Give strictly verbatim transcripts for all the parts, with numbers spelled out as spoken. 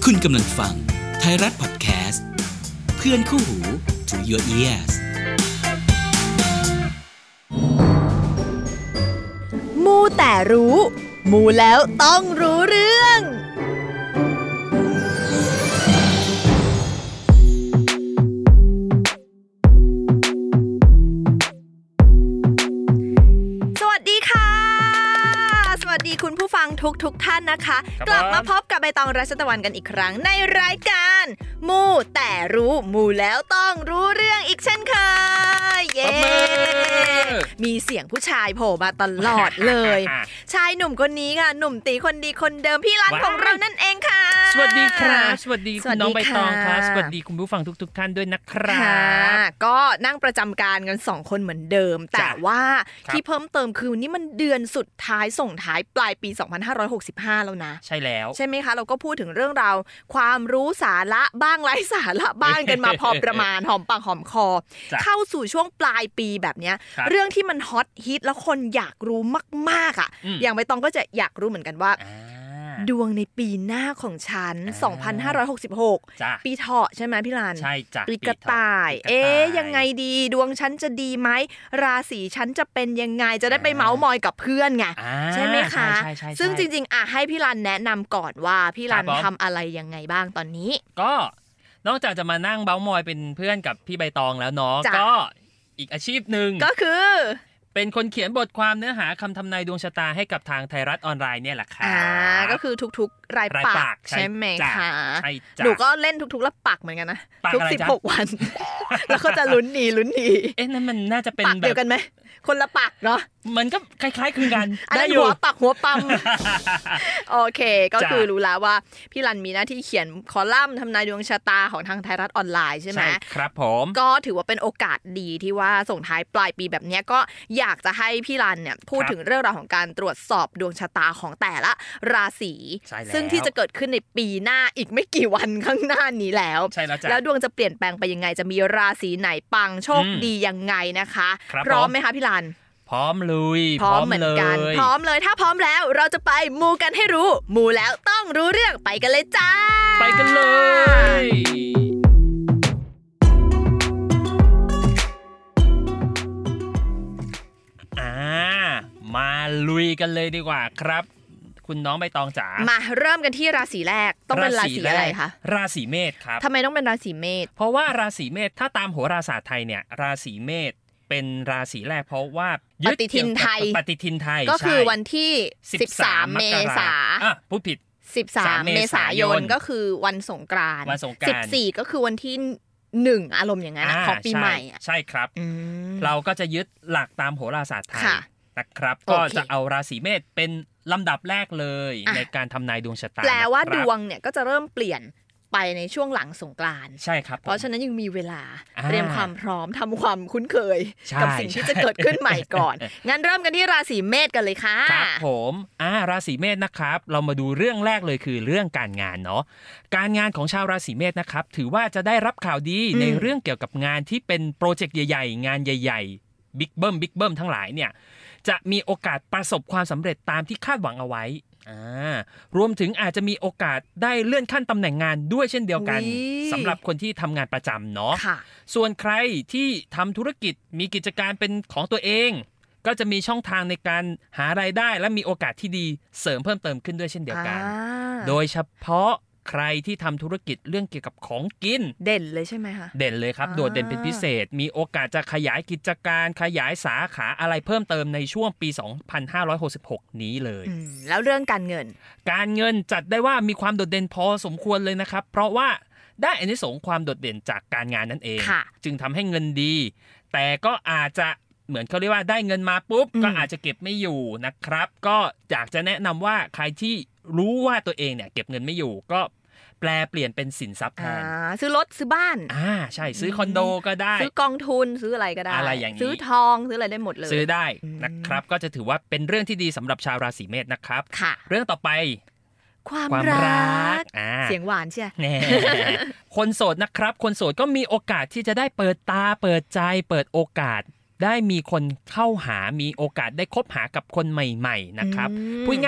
คุณกำลังฟังไทยรัฐพอดแคสต์เพื่อนคู่หู to your ears มูแต่รู้มูแล้วต้องรู้เรื่องคุณผู้ฟังทุกทุกท่านนะคะกลับมาพบกับใบตองรัชตะวันกันอีกครั้งในรายการมูแต่รู้มูแล้วต้องรู้เรื่องอีกเช่นเคยเย้มีเสียงผู้ชายโผล่มาตลอดเลยชายหนุ่มคนนี้ค่ะหนุ่มตีคนดีคนเดิมพี่รันของเรานั่นเองค่ะสวัสดีครับสวัสดีคุณน้องใบตองครับสวัสดีคุณผู้ฟังทุกๆท่านด้วยนะครับก็นั่งประจำการกันสองคนเหมือนเดิมแต่ว่าที่เพิ่มเติมคือนี่มันเดือนสุดท้ายส่งท้ายปลายปีสองพันห้าร้อยหกสิบห้าแล้วนะใช่แล้วใช่ไหมคะเราก็พูดถึงเรื่องราวความรู้สาระบ้างไร้สาระบ้างกันมาพอประมาณหอมปากหอมคอเข้าสู่ช่วงปลายปีแบบนี้เรื่องที่มันฮอตฮิตแล้วคนอยากรู้มากๆอ่ะอย่างใบตองก็จะอยากรู้เหมือนกันว่าดวงในปีหน้าของฉันสองพันห้าร้อยหกสิบหกปีเถาะใช่ไหมพี่ลานใช่จ้ะปีกระต่ายเอ๊ยยังไงดีดวงฉันจะดีไหมราศีฉันจะเป็นยังไงจะได้ไปเม้ามอยกับเพื่อนไงใช่ไหมคะซึ่งจริงๆอ่ะให้พี่ลานแนะนำก่อนว่าพี่ลานทำอะไรยังไงบ้างตอนนี้ก็นอกจากจะมานั่งเม้ามอยเป็นเพื่อนกับพี่ใบตองแล้วเนาะก็อีกอาชีพหนึ่งก็คือเป็นคนเขียนบทความเนื้อหาคำทำนายดวงชะตาให้กับทางไทยรัฐออนไลน์เนี่ยแหละค่ะอ่าก็คือทุกๆรายปากใช่ไหมคะหนูก็เล่นทุกๆแล้วปักเหมือนกันนะทุกสิบหกวันแล้วก็จะลุ้นดีลุ้นดีเอ๊ะนั่นมันน่าจะเป็นแบบเดียวกันไหมคนละปักเนาะมันก็คล้ายๆคลึงกันได้อยู่หัวปักหัวปั๊มโอเคก็คือรู้แล้วว่าพี่รันมีหน้าที่เขียนคอลัมน์ทำนายดวงชะตาของทางไทยรัฐออนไลน์ใช่ไหมใช่ครับผมก็ถือว่าเป็นโอกาสดีที่ว่าส่งท้ายปลายปีแบบนี้ก็อยากจะให้พี่รันเนี่ยพูดถึงเรื่องราวของการตรวจสอบดวงชะตาของแต่ละราศีซึ่งที่จะเกิดขึ้นในปีหน้าอีกไม่กี่วันข้างหน้านี้แล้วแล้วดวงจะเปลี่ยนแปลงไปยังไงจะมีราศีไหนปังโชคดียังไงนะคะพร้อมไหมคะพี่รันพร้อมลุยพร้อมเหมือนกันพร้อมเลยถ้าพร้อมแล้วเราจะไปมูกันให้รู้มูแล้วต้องรู้เรื่องไปกันเลยจ้าไปกันเลยอ่ามาลุยกันเลยดีกว่าครับคุณน้องใบตองจ๋ามาเริ่มกันที่ราศีแรกต้องเป็นราศีอะไรคะราศีเมษครับทำไมต้องเป็นราศีเมษเพราะว่าราศีเมษถ้าตามโหราศาสตร์ไทยเนี่ยราศีเมษเป็นราศีแรกเพราะว่าปฏิทินไทยปฏิทินไทยก็คือวันที่สิบสามเมษายนอ่ะพูดผิดสิบสามเมษายนก็คือวันสงกรานต์วันสงกรานต์สิบสี่ก็คือวันที่หนึ่งอารมณ์อย่างนั้นของปีใหม่อ่ะใช่ครับเราก็จะยึดหลักตามโหราศาสตร์ไทยนะครับก็จะเอาราศีเมษเป็นลำดับแรกเลยในการทำนายดวงชะตาแปลว่าดวงเนี่ยก็จะเริ่มเปลี่ยนไปในช่วงหลังสงกรานต์ใช่ครับเพราะฉะนั้นยังมีเวลาเตรียมความพร้อมทำความคุ้นเคยกับสิ่งที่จะเกิดขึ้นใหม่ก่อนงั้นเริ่มกันที่ราศีเมษกันเลยค่ะครับผมอ่าราศีเมษนะครับเรามาดูเรื่องแรกเลยคือเรื่องการงานเนาะการงานของชาวราศีเมษนะครับถือว่าจะได้รับข่าวดีในเรื่องเกี่ยวกับงานที่เป็นโปรเจกต์ใหญ่ๆงานใหญ่ๆบิ๊กเบิ้มบิ๊กเบิ้มทั้งหลายเนี่ยจะมีโอกาสประสบความสำเร็จตามที่คาดหวังเอาไว้อ่ารวมถึงอาจจะมีโอกาสได้เลื่อนขั้นตำแหน่งงานด้วยเช่นเดียวกันสำหรับคนที่ทำงานประจำเนาะส่วนใครที่ทำธุรกิจมีกิจการเป็นของตัวเองก็จะมีช่องทางในการหารายได้และมีโอกาสที่ดีเสริมเพิ่มเติมขึ้นด้วยเช่นเดียวกันโดยเฉพาะใครที่ทำธุรกิจเรื่องเกี่ยวกับของกินเด่นเลยใช่ไหมคะเด่นเลยครับโดดเด่นเป็นพิเศษมีโอกาสจะขยายกิจการขยายสาขาอะไรเพิ่มเติมในช่วงปีสองพันห้าร้อยหกสิบหกนี้เลยแล้วเรื่องการเงินการเงินจัดได้ว่ามีความโดดเด่นพอสมควรเลยนะครับเพราะว่าได้อานิสงส์ความโดดเด่นจากการงานนั่นเองจึงทำให้เงินดีแต่ก็อาจจะเหมือนเขาเรียกว่าได้เงินมาปุ๊บก็อาจจะเก็บไม่อยู่นะครับก็อยากจะแนะนำว่าใครที่รู้ว่าตัวเองเนี่ยเก็บเงินไม่อยู่ก็แปลเปลี่ยนเป็นสินทรัพย์แทนซื้อรถซื้อบ้านอ่าใช่ซื้อคอนโดก็ได้ซื้อกองทุนซื้ออะไรก็ได้อะไรอย่างนี้ซื้อทองซื้ออะไรได้หมดเลยซื้อได้นะครับก็จะถือว่าเป็นเรื่องที่ดีสำหรับชาวราศีเมษนะครับเรื่องต่อไปความรักเสียงหวานเชียคนโสดนะครับคนโสดก็มีโอกาสที่จะได้เปิดตาเปิดใจเปิดโอกาสได้มีคนเข้าหามีโอกาสได้คบหากับคนใหม่ๆนะครับพูดง่าย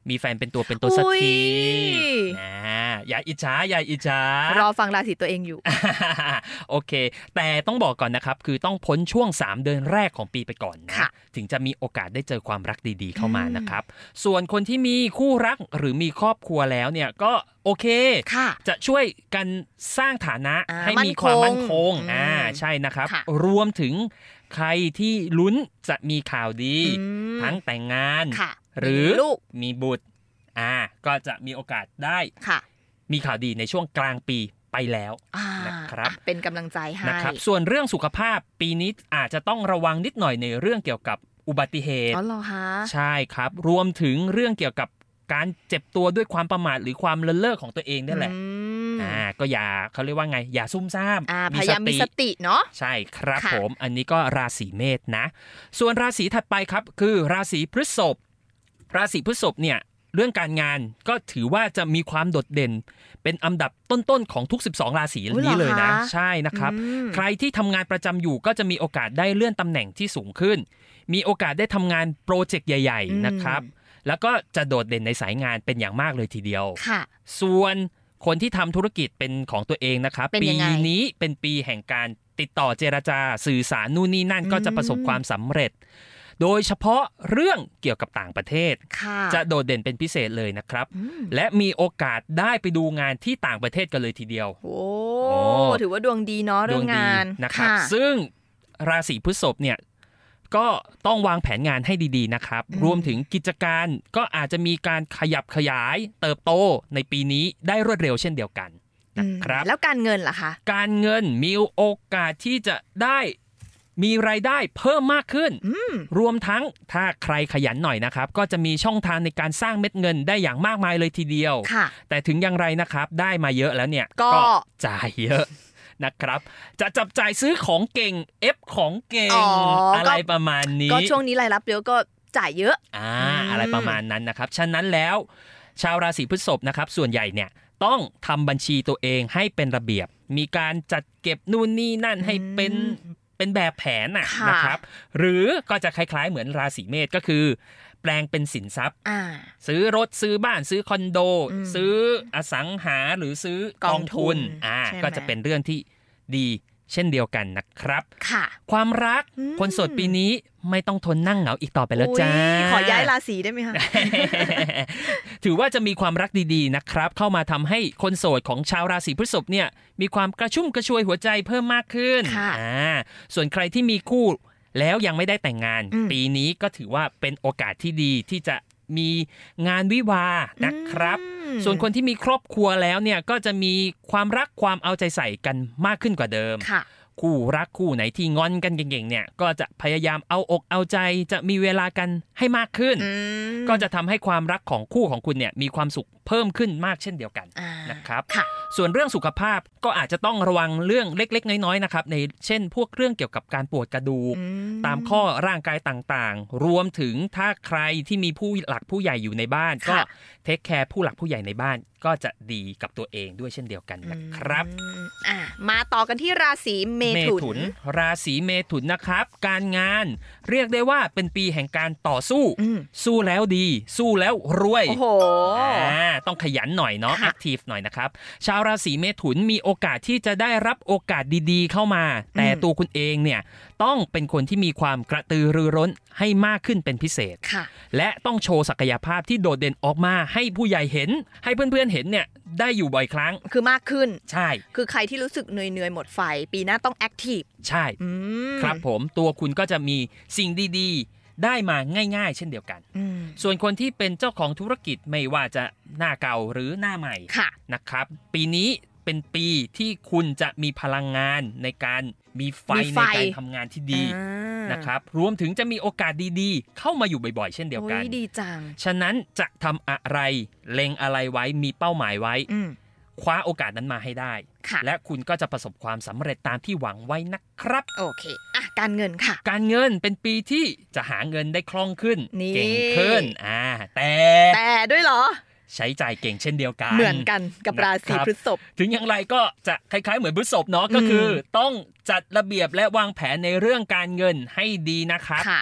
มีแฟนเป็นตัวเป็นตัวสักทีนะอย่าอิจฉาอย่าอิจฉารอฟังราศีตัวเองอยู่โอเคแต่ต้องบอกก่อนนะครับคือต้องพ้นช่วงสามเดือนแรกของปีไปก่อนนะถึงจะมีโอกาสได้เจอความรักดีๆเข้ามานะครับส่วนคนที่มีคู่รักหรือมีครอบครัวแล้วเนี่ยก็โอเคจะช่วยกันสร้างฐานะให้มีความมั่นคงอ่าใช่นะครับรวมถึงใครที่ลุ้นจะมีข่าวดีทั้งแต่งงานหรือมีบุตรอ่าก็จะมีโอกาสได้มีข่าวดีในช่วงกลางปีไปแล้วนะครับเป็นกำลังใจให้นะครับส่วนเรื่องสุขภาพปีนี้อาจจะต้องระวังนิดหน่อยในเรื่องเกี่ยวกับอุบัติเหตุอ๋อเหรอคะใช่ครับรวมถึงเรื่องเกี่ยวกับการเจ็บตัวด้วยความประมาทหรือความเลินเล่อของตัวเองนั่นแหละอ่าก็อย่าเขาเรียกว่าไงอย่าซุ่มซ่ามพยายามมีสติเนาะใช่ครับผมอันนี้ก็ราศีเมษนะส่วนราศีถัดไปครับคือราศีพฤษภราศีพฤษภเนี่ยเรื่องการงานก็ถือว่าจะมีความโดดเด่นเป็นอันดับต้นๆของทุกสิบสองราศีนี้เลยนะใช่นะครับใครที่ทำงานประจำอยู่ก็จะมีโอกาสได้เลื่อนตำแหน่งที่สูงขึ้นมีโอกาสได้ทำงานโปรเจกต์ใหญ่ๆนะครับแล้วก็จะโดดเด่นในสายงานเป็นอย่างมากเลยทีเดียวส่วนคนที่ทำธุรกิจเป็นของตัวเองนะครับปีนี้เป็นปีแห่งการติดต่อเจรจาสื่อสารนู่นนี่นั่นก็จะประสบความสำเร็จโดยเฉพาะเรื่องเกี่ยวกับต่างประเทศจะโดดเด่นเป็นพิเศษเลยนะครับและมีโอกาสได้ไปดูงานที่ต่างประเทศกันเลยทีเดียวโอ้ถือว่าดวงดีเนาะเรื่องงานนะครับซึ่งราศีพฤษภเนี่ยก็ต้องวางแผนงานให้ดีๆนะครับรวมถึงกิจการก็อาจจะมีการขยับขยายเติบโตในปีนี้ได้รวดเร็วเช่นเดียวกันนะครับแล้วการเงินล่ะคะการเงินมีโอกาสที่จะได้มีรายได้เพิ่มมากขึ้นรวมทั้งถ้าใครขยันหน่อยนะครับก็จะมีช่องทางในการสร้างเม็ดเงินได้อย่างมากมายเลยทีเดียวแต่ถึงอย่างไรนะครับได้มาเยอะแล้วเนี่ยก็จ่ายเยอะนะครับจะจับจ่ายซื้อของเก่งเอฟของเก่ง อ, อะไรประมาณนี้ก็ช่วงนี้รายรับเยอะก็จ่ายเยอะอ่าอะไรประมาณนั้นนะครับฉะนั้นแล้วชาวราศีพฤษภนะครับส่วนใหญ่เนี่ยต้องทำบัญชีตัวเองให้เป็นระเบียบมีการจัดเก็บนู่นนี่นั่นให้เป็นเป็นแบบแผนน่ะนะครับหรือก็จะคล้ายๆเหมือนราศีเมษก็คือแปลงเป็นสินทรัพย์ซื้อรถซื้อบ้านซื้อคอนโดซื้ออสังหาหรือซื้อกองทุนอ่าก็จะเป็นเรื่องที่ดีเช่นเดียวกันนะครับความรักคนโสดปีนี้ไม่ต้องทนนั่งเหงาอีกต่อไปแล้วจ้าขอย้ายราศีได้ไหมคะถือว่าจะมีความรักดีๆนะครับเข้ามาทำให้คนโสดของชาวราศีพฤษภเนี่ยมีความกระชุ่มกระชวยหัวใจเพิ่มมากขึ้นอ่าส่วนใครที่มีคู่แล้วยังไม่ได้แต่งงานปีนี้ก็ถือว่าเป็นโอกาสที่ดีที่จะมีงานวิวาห์นะครับส่วนคนที่มีครอบครัวแล้วเนี่ยก็จะมีความรักความเอาใจใส่กันมากขึ้นกว่าเดิมคู่รักคู่ไหนที่งอนกันเก่งๆเนี่ยก็จะพยายามเอาอกเอาใจจะมีเวลากันให้มากขึ้นก็จะทำให้ความรักของคู่ของคุณเนี่ยมีความสุขเพิ่มขึ้นมากเช่นเดียวกันนะครับส่วนเรื่องสุขภาพก็อาจจะต้องระวังเรื่องเล็กๆน้อยๆนะครับในเช่นพวกเรื่องเกี่ยวกับการปวดกระดูกตามข้อร่างกายต่างๆรวมถึงถ้าใครที่มีผู้หลักผู้ใหญ่อยู่ในบ้านก็เทคแคร์ผู้หลักผู้ใหญ่ในบ้านก็จะดีกับตัวเองด้วยเช่นเดียวกันนะครับอ่ะมาต่อกันที่ราศีเมถุนราศีเมถุนนะครับการงานเรียกได้ว่าเป็นปีแห่งการต่อสู้สู้แล้วดีสู้แล้วรวยโอ้โหต้องขยันหน่อยเนาะแอคทีฟหน่อยนะครับชาวราศีเมถุนมีโอกาสที่จะได้รับโอกาสดีๆเข้ามาแต่ตัวคุณเองเนี่ยต้องเป็นคนที่มีความกระตือรือร้นให้มากขึ้นเป็นพิเศษและต้องโชว์ศักยภาพที่โดดเด่นออกมาให้ผู้ใหญ่เห็นให้เพื่อนๆเห็นเนี่ยได้อยู่บ่อยครั้งคือมากขึ้นใช่คือใครที่รู้สึกเหนื่อยๆหมดไฟปีหน้าต้องแอคทีฟใช่ครับผมตัวคุณก็จะมีสิ่งดีๆได้มาง่ายๆเช่นเดียวกันส่วนคนที่เป็นเจ้าของธุรกิจไม่ว่าจะหน้าเก่าหรือหน้าใหม่นะครับปีนี้เป็นปีที่คุณจะมีพลังงานในการมีไฟในการทำงานที่ดีนะครับรวมถึงจะมีโอกาสดีๆเข้ามาอยู่บ่อยๆเช่นเดียวกันดีจังฉะนั้นจะทำอะไรเล็งอะไรไว้มีเป้าหมายไว้คว้าโอกาสนั้นมาให้ได้และคุณก็จะประสบความสำเร็จตามที่หวังไว้นะครับโอเคอ่ะการเงินค่ะการเงินเป็นปีที่จะหาเงินได้คล่องขึ้นเก่งขึ้นอ่าแต่แต่ด้วยเหรอใช้จ่ายเก่งเช่นเดียวกันเหมือนกันกับราศีพฤษภถึงอย่างไรก็จะคล้ายๆเหมือนพฤษภเนาะก็คือต้องจัดระเบียบและวางแผนในเรื่องการเงินให้ดีนะครับเก็บ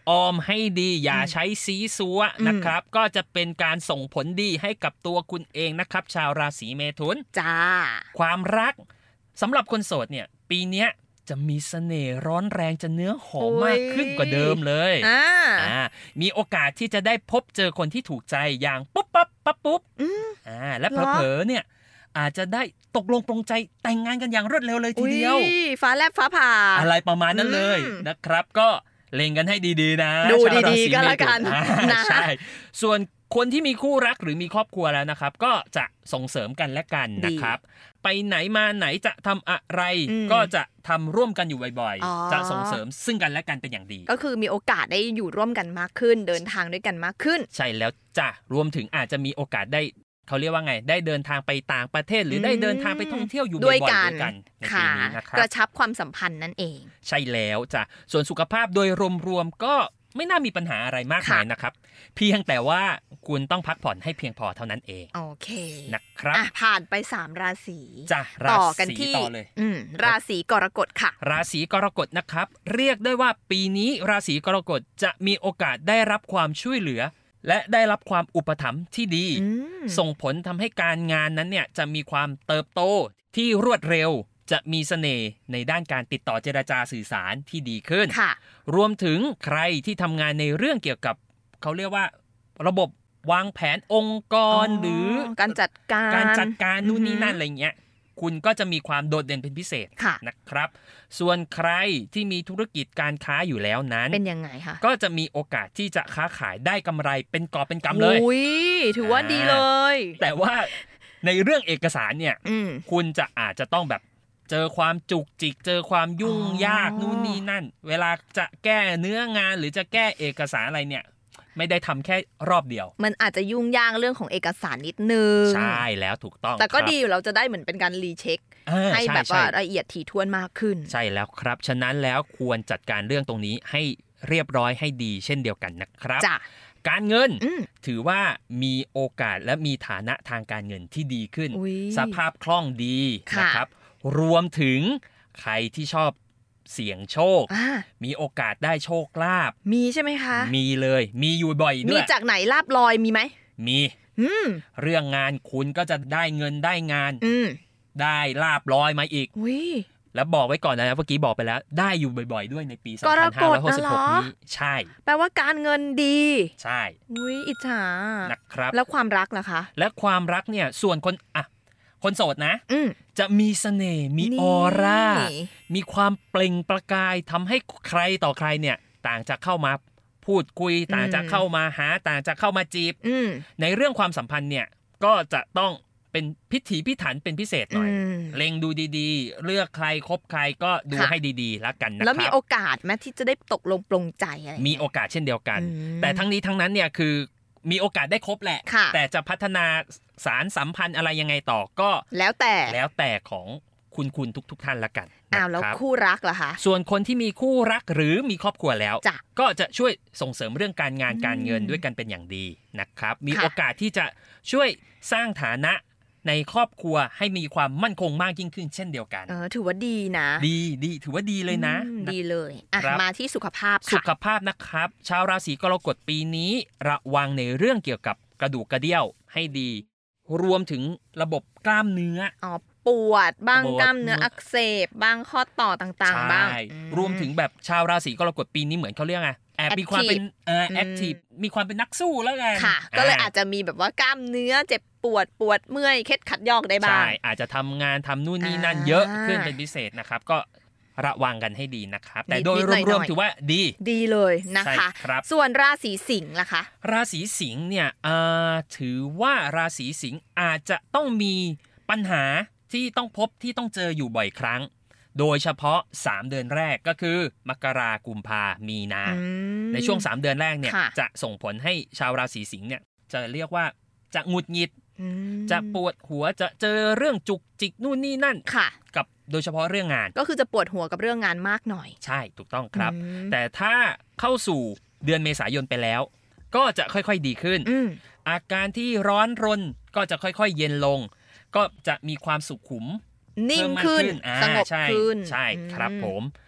ออมให้ดีอย่าใช้ซีซัวนะครับก็จะเป็นการส่งผลดีให้กับตัวคุณเองนะครับชาวราศีเมถุนจ้าความรักสำหรับคนโสดเนี่ยปีเนี้ยจะมีเสน่ห์ร้อนแรงจะเนื้อหอมมากขึ้นกว่าเดิมเลยอ่าอ่ามีโอกาสที่จะได้พบเจอคนที่ถูกใจอย่างปุ๊บปั๊บปั๊บปุ๊บอ่าและเผลอๆเนี่ยอาจจะได้ตกลงปรงใจแต่งงานกันอย่างรวดเร็วเลยทีเดียวฟ้าแลบฟ้าผ่าอะไรประมาณนั้นเลยนะครับก็เล็งกันให้ดีๆนะดูดีๆก็แล้วกันนะใช่ส่วนคนที่มีคู่รักหรือมีครอบครัวแล้วนะครับก็จะส่งเสริมกันและกันนะครับไปไหนมาไหนจะทำอะไรก็จะทำร่วมกันอยู่บ่อยๆจะส่งเสริมซึ่งกันและกันเป็นอย่างดีก็คือมีโอกาสได้อยู่ร่วมกันมากขึ้นเดินทางด้วยกันมากขึ้นใช่แล้วจ้ะรวมถึงอาจจะมีโอกาสได้เขาเรียกว่าไงได้เดินทางไปต่างประเทศหรือได้เดินทางไปท่องเที่ยวอยู่บ่อยๆด้วยกันในปีนี้นะครับกระชับความสัมพันธ์นั่นเองใช่แล้วจ้ะส่วนสุขภาพโดยรวมๆก็ไม่น่ามีปัญหาอะไรมากมายนะครับเพียงแต่ว่าคุณต้องพักผ่อนให้เพียงพอเท่านั้นเองโอเคนะครับผ่านไปสามราศีจ้ะต่อกันที่ต่อเลยราศีกรกฎค่ะราศีกรกฎนะครับเรียกได้ว่าปีนี้ราศีกรกฎจะมีโอกาสได้รับความช่วยเหลือและได้รับความอุปถัมภ์ที่ดีส่งผลทำให้การงานนั้นเนี่ยจะมีความเติบโตที่รวดเร็วจะมีเสน่ห์ในด้านการติดต่อเจรจาสื่อสารที่ดีขึ้นรวมถึงใครที่ทำงานในเรื่องเกี่ยวกับเขาเรียกว่าระบบวางแผนองค์กรหรือการจัดการการจัดการนู่นนี่นั่นอะไรเงี้ยคุณก็จะมีความโดดเด่นเป็นพิเศษนะครับส่วนใครที่มีธุรกิจการค้าอยู่แล้วนั้นเป็นยังไงคะก็จะมีโอกาสที่จะค้าขายได้กำไรเป็นกอบเป็นกำเลยอุ้ยถือว่าดีเลยแต่ว่าในเรื่องเอกสารเนี่ยคุณจะอาจจะต้องแบบเจอความจุกจิกเจอความยุ่งยากนู่นนี่นั่นเวลาจะแก้เนื้องานหรือจะแก้เอกสารอะไรเนี่ยไม่ได้ทำแค่รอบเดียวมันอาจจะยุ่งยากเรื่องของเอกสารนิดนึงใช่แล้วถูกต้องแต่ก็ดีอยู่เราจะได้เหมือนเป็นการรีเช็คให้แบบว่าละเอียดถี่ถ้วนมากขึ้นใช่แล้วครับฉะนั้นแล้วควรจัดการเรื่องตรงนี้ให้เรียบร้อยให้ดีเช่นเดียวกันนะครับการเงินถือว่ามีโอกาสและมีฐานะทางการเงินที่ดีขึ้นสภาพคล่องดีนะครับรวมถึงใครที่ชอบเสี่ยงโชคมีโอกาสได้โชคลาภมีใช่ไหมคะมีเลยมีอยู่บ่อยด้วยมีจากไหนลาภลอยมีไหมมีเรื่องงานคุณก็จะได้เงินได้งานได้ลาภลอยมาอีกแล้วบอกไว้ก่อนนะเมื่อกี้บอกไปแล้วได้อยู่บ่อยๆด้วยในปีสองพันห้าร้อยหกสิบหกนี้ใช่แปลว่าการเงินดีใช่อุ้ยอิจฉานะครับแล้วความรักล่ะคะและความรักเนี่ยส่วนคนอ่ะคนโสดนะจะมีเสน่ห์มีออร่ามีความเปล่งประกายทำให้ใครต่อใครเนี่ยต่างจะเข้ามาพูดคุยต่างจะเข้ามาหาต่างจะเข้ามาจีบในเรื่องความสัมพันธ์เนี่ยก็จะต้องเป็นพิถีพิถันเป็นพิเศษหน่อยเล็งดูดีๆเลือกใครคบใครก็ดูให้ดีๆแล้วกันนะครับแล้วมีโอกาสไหมที่จะได้ตกลงปลงใจอะไรมีโอกาสเช่นเดียวกันแต่ทั้งนี้ทั้งนั้นเนี่ยคือมีโอกาสได้คบแหละแต่จะพัฒนาสารสัมพันธ์อะไรยังไงต่อก็แล้วแต่แล้วแต่ของคุณคุณทุกๆท่านละกันอ้าวแล้วคู่รักล่ะคะส่วนคนที่มีคู่รักหรือมีครอบครัวแล้วก็จะช่วยส่งเสริมเรื่องการงานการเงินด้วยกันเป็นอย่างดีนะครับมีโอกาสที่จะช่วยสร้างฐานะในครอบครัวให้มีความมั่นคงมากยิ่งขึ้นเช่นเดียวกันเออถือว่าดีนะดีดีถือว่าดีเลยนะดีเลยอ่ะมาที่สุขภาพค่ะสุขภาพนะครับชาวราศีกรกฎปีนี้ระวังในเรื่องเกี่ยวกับกระดูกกระเดี่ยวให้ดีรวมถึงระบบกล้ามเนื้ออ๋อปวดบ้างกล้ามเนื้ออักเสบบ้างข้อต่อต่างๆบ้างรวมถึงแบบชาวราศีกรกฎปีนี้เหมือนเขาเรียกไงแอบมีความเป็นเอ่อแอคทีฟมีความเป็นนักสู้แล้วไงค่ะก็เลยอาจจะมีแบบว่ากล้ามเนื้อเจ็บปวดปวดเมื่อยเคล็ดขัดยอกได้บ้างใช่อาจจะทำงานทำนู่นนี่นั่นเยอะขึ้นเป็นพิเศษนะครับก็ระวังกันให้ดีนะครับแต่โดยรวมๆถือว่าดีดีเลยนะคะส่วนราศีสิงห์ล่ะคะราศีสิงห์เนี่ยถือว่าราศีสิงห์อาจจะต้องมีปัญหาที่ต้องพบที่ต้องเจออยู่บ่อยครั้งโดยเฉพาะสามเดือนแรกก็คือมกรากุมภามีนาในช่วงสามเดือนแรกเนี่ยจะส่งผลให้ชาวราศีสิงห์เนี่ยจะเรียกว่าจะหงุดหงิดจะปวดหัวจะเจอเรื่องจุกจิกนู่นนี่นั่นกับโดยเฉพาะเรื่องงานก็คือจะปวดหัวกับเรื่องงานมากหน่อยใช่ถูกต้องครับแต่ถ้าเข้าสู่เดือนเมษายนไปแล้วก็จะค่อยๆดีขึ้นอาการที่ร้อนรนก็จะค่อยๆเย็นลงก็จะมีความสุขุมนิ่งขึ้นสงบขึ้นใช่ครับผม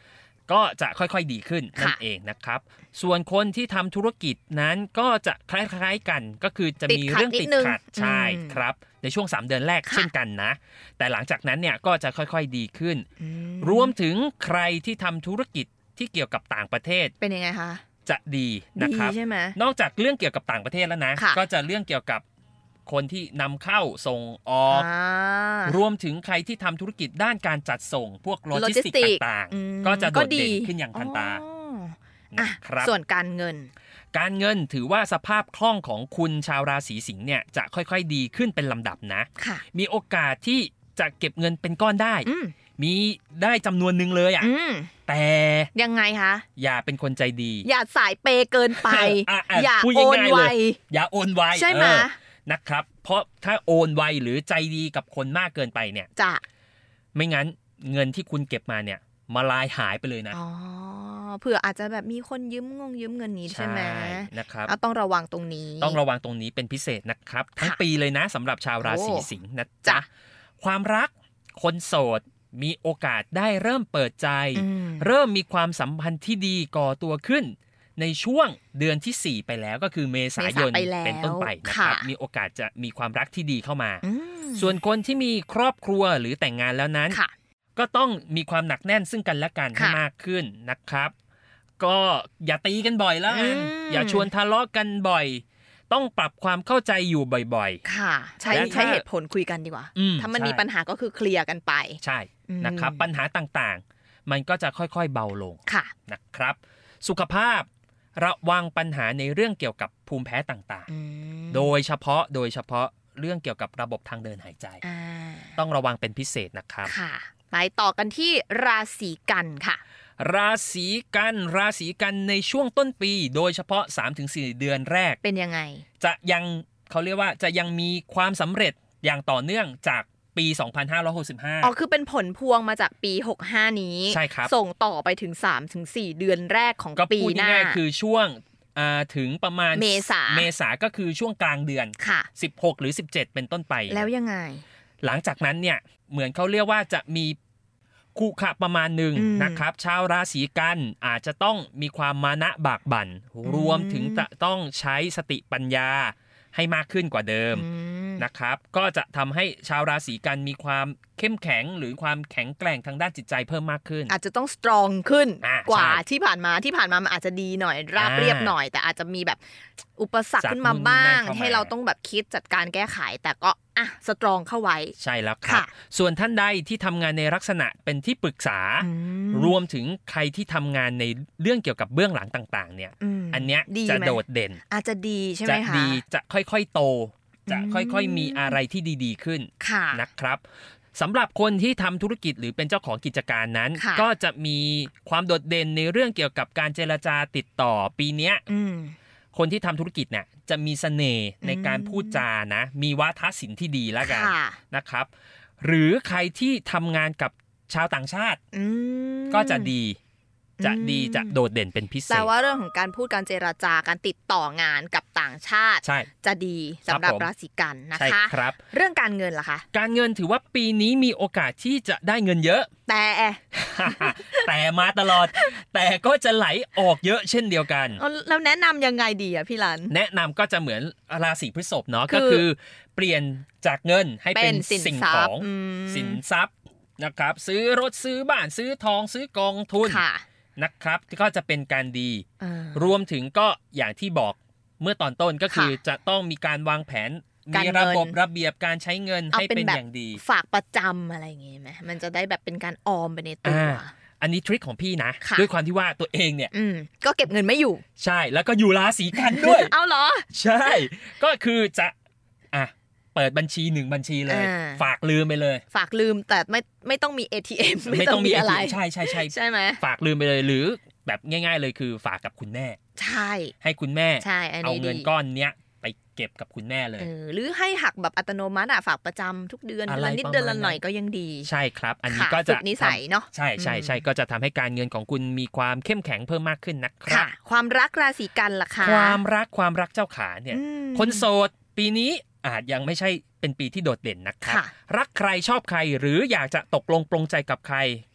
ก็จะค่อยๆดีขึ้นนั่นเองนะครับส่วนคนที่ทำธุรกิจนั้นก็จะคล้ายๆกันก็คือจะมีเรื่องติดขัดใช่ครับในช่วงสามเดือนแรกเช่นกันนะแต่หลังจากนั้นเนี่ยก็จะค่อยๆดีขึ้นรวมถึงใครที่ทำธุรกิจที่เกี่ยวกับต่างประเทศเป็นยังไงคะจะดีนะครับนอกจากเรื่องเกี่ยวกับต่างประเทศแล้วนะก็จะเรื่องเกี่ยวกับคนที่นำเข้าส่งออกรวมถึงใครที่ทำธุรกิจด้านการจัดส่งพวกโลจิสติกต่างๆก็จะโดดเด่นขึ้นอย่างทันตานะครับส่วนการเงินการเงินถือว่าสภาพคล่องของคุณชาวราศีสิงห์เนี่ยจะค่อยๆดีขึ้นเป็นลำดับนะมีโอกาสที่จะเก็บเงินเป็นก้อนได้มีได้จำนวนหนึ่งเลยอ่ะแต่ยังไงคะอย่าเป็นคนใจดีอย่าสายเปเกินไปอย่าโอนไวอย่าโอนไวใช่ไหมนะครับเพราะถ้าโอนไวหรือใจดีกับคนมากเกินไปเนี่ยจะไม่งั้นเงินที่คุณเก็บมาเนี่ยมาลายหายไปเลยนะอ๋อเผื่ออาจจะแบบมีคนยืมงงยืมเงินนี้ใช่ไหมนะครับต้องระวังตรงนี้ต้องระวังตรงนี้เป็นพิเศษนะครับทั้งปีเลยนะสำหรับชาวราศีสิงห์นะจ๊ะความรักคนโสดมีโอกาสได้เริ่มเปิดใจเริ่มมีความสัมพันธ์ที่ดีก่อตัวขึ้นในช่วงเดือนที่สี่ไปแล้วก็คือเมษายนเป็นต้นไปนะครับมีโอกาสจะมีความรักที่ดีเข้ามาส่วนคนที่มีครอบครัวหรือแต่งงานแล้วนั้นก็ต้องมีความหนักแน่นซึ่งกันและกันให้มากขึ้นนะครับก็อย่าตีกันบ่อยแล้วอย่าชวนทะเลาะกันบ่อยต้องปรับความเข้าใจอยู่บ่อยๆค่ะใช้ใช้เหตุผลคุยกันดีกว่าถ้ามันมีปัญหาก็คือเคลียร์กันไปใช่นะครับปัญหาต่างๆมันก็จะค่อยๆเบาลงนะครับสุขภาพระวังปัญหาในเรื่องเกี่ยวกับภูมิแพ้ต่างๆโดยเฉพาะโดยเฉพาะเรื่องเกี่ยวกับระบบทางเดินหายใจต้องระวังเป็นพิเศษนะครับค่ะไปต่อกันที่ราศีกันค่ะราศีกันราศีกันในช่วงต้นปีโดยเฉพาะ สามถึงสี่ เดือนแรกเป็นยังไงจะยังเขาเรียกว่าจะยังมีความสำเร็จอย่างต่อเนื่องจากปีสองพันห้าร้อยหกสิบห้าอ๋อคือเป็นผลพวงมาจากปีหกสิบห้านี้ใช่ครับส่งต่อไปถึง สามถึงสี่ เดือนแรกของปีหน้าก็พูดง่ายๆคือช่วงถึงประมาณเมษาเมษาก็คือช่วงกลางเดือนสิบหกหรือสิบเจ็ดเป็นต้นไปแล้วยังไงหลังจากนั้นเนี่ยเหมือนเขาเรียกว่าจะมีคุขะประมาณหนึ่งนะครับชาวราศีกันอาจจะต้องมีความมานะบากบั่นรวมถึงจะต้องใช้สติปัญญาให้มากขึ้นกว่าเดิมนะครับก็จะทำให้ชาวราศีกันมีความเข้มแข็งหรือความแข็งแกร่งทางด้านจิตใจเพิ่มมากขึ้นอาจจะต้องสตรองขึ้นกว่าที่ผ่านมาที่ผ่านมามันอาจจะดีหน่อยราบเรียบหน่อยแต่อาจจะมีแบบอุปสรรคขึ้นมาบ้างให้เราต้องแบบคิดจัดการแก้ไขแต่ก็อ่ะสตรองเข้าไว้ใช่แล้วครับส่วนท่านใดที่ทำงานในลักษณะเป็นที่ปรึกษารวมถึงใครที่ทำงานในเรื่องเกี่ยวกับเบื้องหลังต่างๆเนี่ยอันเนี้ยจะโดดเด่นอาจจะดีใช่ไหมคะจะดีจะค่อยๆโตจะค่อยๆมีอะไรที่ดีๆขึ้นนะครับสำหรับคนที่ทำธุรกิจหรือเป็นเจ้าของกิจการนั้นก็จะมีความโดดเด่นในเรื่องเกี่ยวกับการเจรจาติดต่อปีนี้คนที่ทำธุรกิจเนี่ยจะมีเสน่ห์ในการพูดจานะมีวาทศิลป์ที่ดีแล้วกันนะครับหรือใครที่ทำงานกับชาวต่างชาติก็จะดีจะดีจะโดดเด่นเป็นพิเศษแต่ว่าเรื่องของการพูดการเจรจาการติดต่องานกับต่างชาติจะดีสำหรับราศีกันนะคะเรื่องการเงินล่ะคะการเงินถือว่าปีนี้มีโอกาสที่จะได้เงินเยอะแต่ แต่มาตลอดแต่ก็จะไหลออกเยอะเช่นเดียวกันแล้วแนะนำยังไงดีอ่ะพี่ลันแนะนำก็จะเหมือนราศีพฤษภเนาะก็คือเปลี่ยนจากเงินให้เป็นสิ่งของสินทรัพย์นะครับซื้อรถซื้อบ้านซื้อทองซื้อกองทุนนะครับก็จะเป็นการดีรวมถึงก็อย่างที่บอกเมื่อตอนต้นก็คือจะต้องมีการวางแผนมีระบบระเบียบการใช้เงินให้เป็นอย่างดีฝากประจำอะไรอย่างงี้ไหมมันจะได้แบบเป็นการออมไปในตัวอันนี้ทริคของพี่นะด้วยความที่ว่าตัวเองเนี่ยก็เก็บเงินไม่อยู่ใช่แล้วก็อยู่ราศีกันด้วยเอาเหรอใช่ก็คือจะอ่ะเปิดบัญชีหนึ่งบัญชีเลยฝากลืมไปเลยฝากลืมแต่ไม่ไม่ต้องมี เอ ที เอ็ม ไม่ต้องมีอะไรใช่ใช่ใช่ใช่ไหมฝากลืมไปเลยหรือแบบง่ายๆเลยคือฝากกับคุณแม่ใช่ให้คุณแม่เอาเงินก้อนเนี้ยไปเก็บกับคุณแม่เลยหรือให้หักแบบอัตโนมัติอ่ะฝากประจำทุกเดือนเดือนละนิดเดือนละหน่อยก็ยังดีใช่ครับอันนี้ก็จะนิสัยเนาะใช่ใช่ใช่ก็จะทำให้การเงินของคุณมีความเข้มแข็งเพิ่มมากขึ้นนะครับความรักราศีกันล่ะคะความรักความรักเจ้าขาเนี่ยคนโสดปีนี้อาจยังไม่ใช่เป็นปีที่โดดเด่นนะครับรักใครชอบใครหรืออยากจะตกลงปลงใจกับใครก็